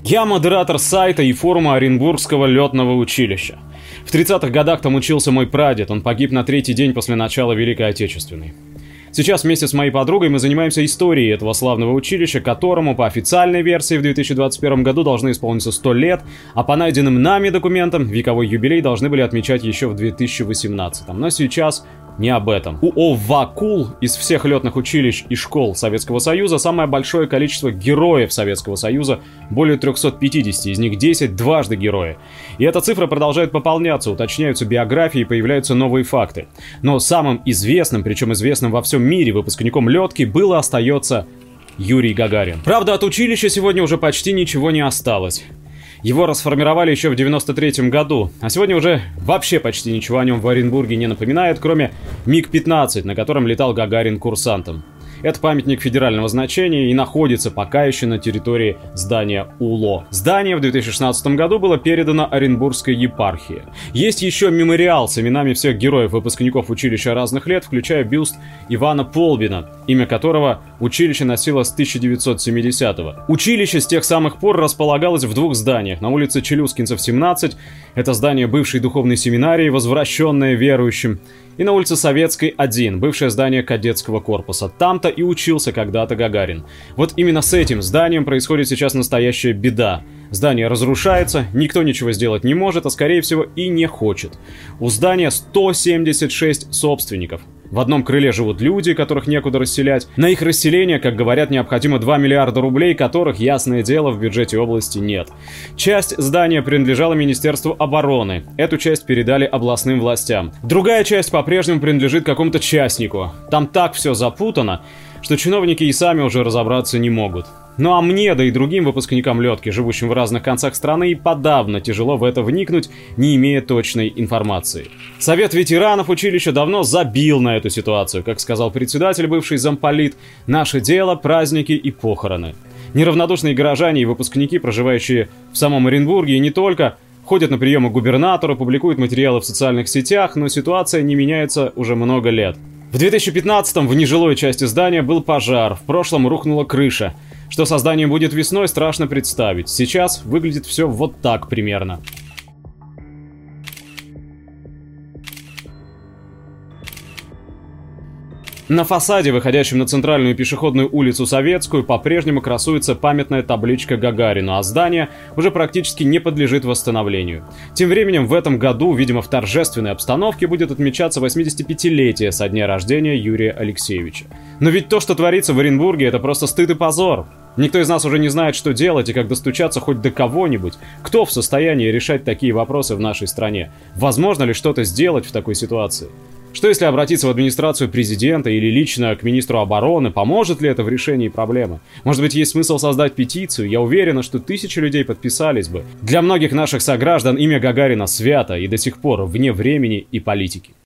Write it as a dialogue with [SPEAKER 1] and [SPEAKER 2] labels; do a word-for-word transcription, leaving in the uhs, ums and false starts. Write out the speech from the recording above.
[SPEAKER 1] Я модератор сайта и форума Оренбургского летного училища. В тридцатых годах там учился мой прадед, он погиб на третий день после начала Великой Отечественной. Сейчас вместе с моей подругой мы занимаемся историей этого славного училища, которому по официальной версии в две тысячи двадцать первом году должны исполниться сто лет, а по найденным нами документам вековой юбилей должны были отмечать еще в две тысячи восемнадцатом. Но сейчас не об этом. У ОВАКУЛ из всех летных училищ и школ Советского Союза самое большое количество героев Советского Союза, более трёхсот пятидесяти, из них десять дважды герои. И эта цифра продолжает пополняться, уточняются биографии, появляются новые факты. Но самым известным, причем известным во всем мире выпускником летки, был и остается Юрий Гагарин. Правда, от училища сегодня уже почти ничего не осталось. Его расформировали еще в девяносто третьем году, а сегодня уже вообще почти ничего о нем в Оренбурге не напоминает, кроме миг пятнадцать, на котором летал Гагарин курсантом. Это памятник федерального значения и находится пока еще на территории здания УЛО. Здание в две тысячи шестнадцатом году было передано Оренбургской епархии. Есть еще мемориал с именами всех героев-выпускников училища разных лет, включая бюст Ивана Полбина, имя которого училище носило с тысяча девятьсот семидесятого. Училище с тех самых пор располагалось в двух зданиях. На улице Челюскинцев, семнадцать, это здание бывшей духовной семинарии, возвращенное верующим, и на улице Советской, один, бывшее здание кадетского корпуса. Там-то и учился когда-то Гагарин. Вот именно с этим зданием происходит сейчас настоящая беда. Здание разрушается, никто ничего сделать не может, а скорее всего и не хочет. У здания сто семьдесят шесть собственников. В одном крыле живут люди, которых некуда расселять. На их расселение, как говорят, необходимо два миллиарда рублей, которых, ясное дело, в бюджете области нет. Часть здания принадлежала Министерству обороны. Эту часть передали областным властям. Другая часть по-прежнему принадлежит какому-то частнику. Там так все запутано, что чиновники и сами уже разобраться не могут. Ну а мне, да и другим выпускникам летки, живущим в разных концах страны, и подавно тяжело в это вникнуть, не имея точной информации. Совет ветеранов училища давно забил на эту ситуацию. Как сказал председатель, бывший замполит, наше дело, праздники и похороны. Неравнодушные горожане и выпускники, проживающие в самом Оренбурге и не только, ходят на приемы к губернатору, публикуют материалы в социальных сетях, но ситуация не меняется уже много лет. В две тысячи пятнадцатом в нежилой части здания был пожар, в прошлом рухнула крыша. Что со зданием будет весной, страшно представить. Сейчас выглядит все вот так примерно. На фасаде, выходящем на центральную пешеходную улицу Советскую, по-прежнему красуется памятная табличка Гагарину, а здание уже практически не подлежит восстановлению. Тем временем в этом году, видимо в торжественной обстановке, будет отмечаться восьмидесятипятилетие со дня рождения Юрия Алексеевича. Но ведь то, что творится в Оренбурге, это просто стыд и позор. Никто из нас уже не знает, что делать и как достучаться хоть до кого-нибудь. Кто в состоянии решать такие вопросы в нашей стране? Возможно ли что-то сделать в такой ситуации? Что если обратиться в администрацию президента или лично к министру обороны? Поможет ли это в решении проблемы? Может быть, есть смысл создать петицию? Я уверена, что тысячи людей подписались бы. Для многих наших сограждан имя Гагарина свято и до сих пор вне времени и политики.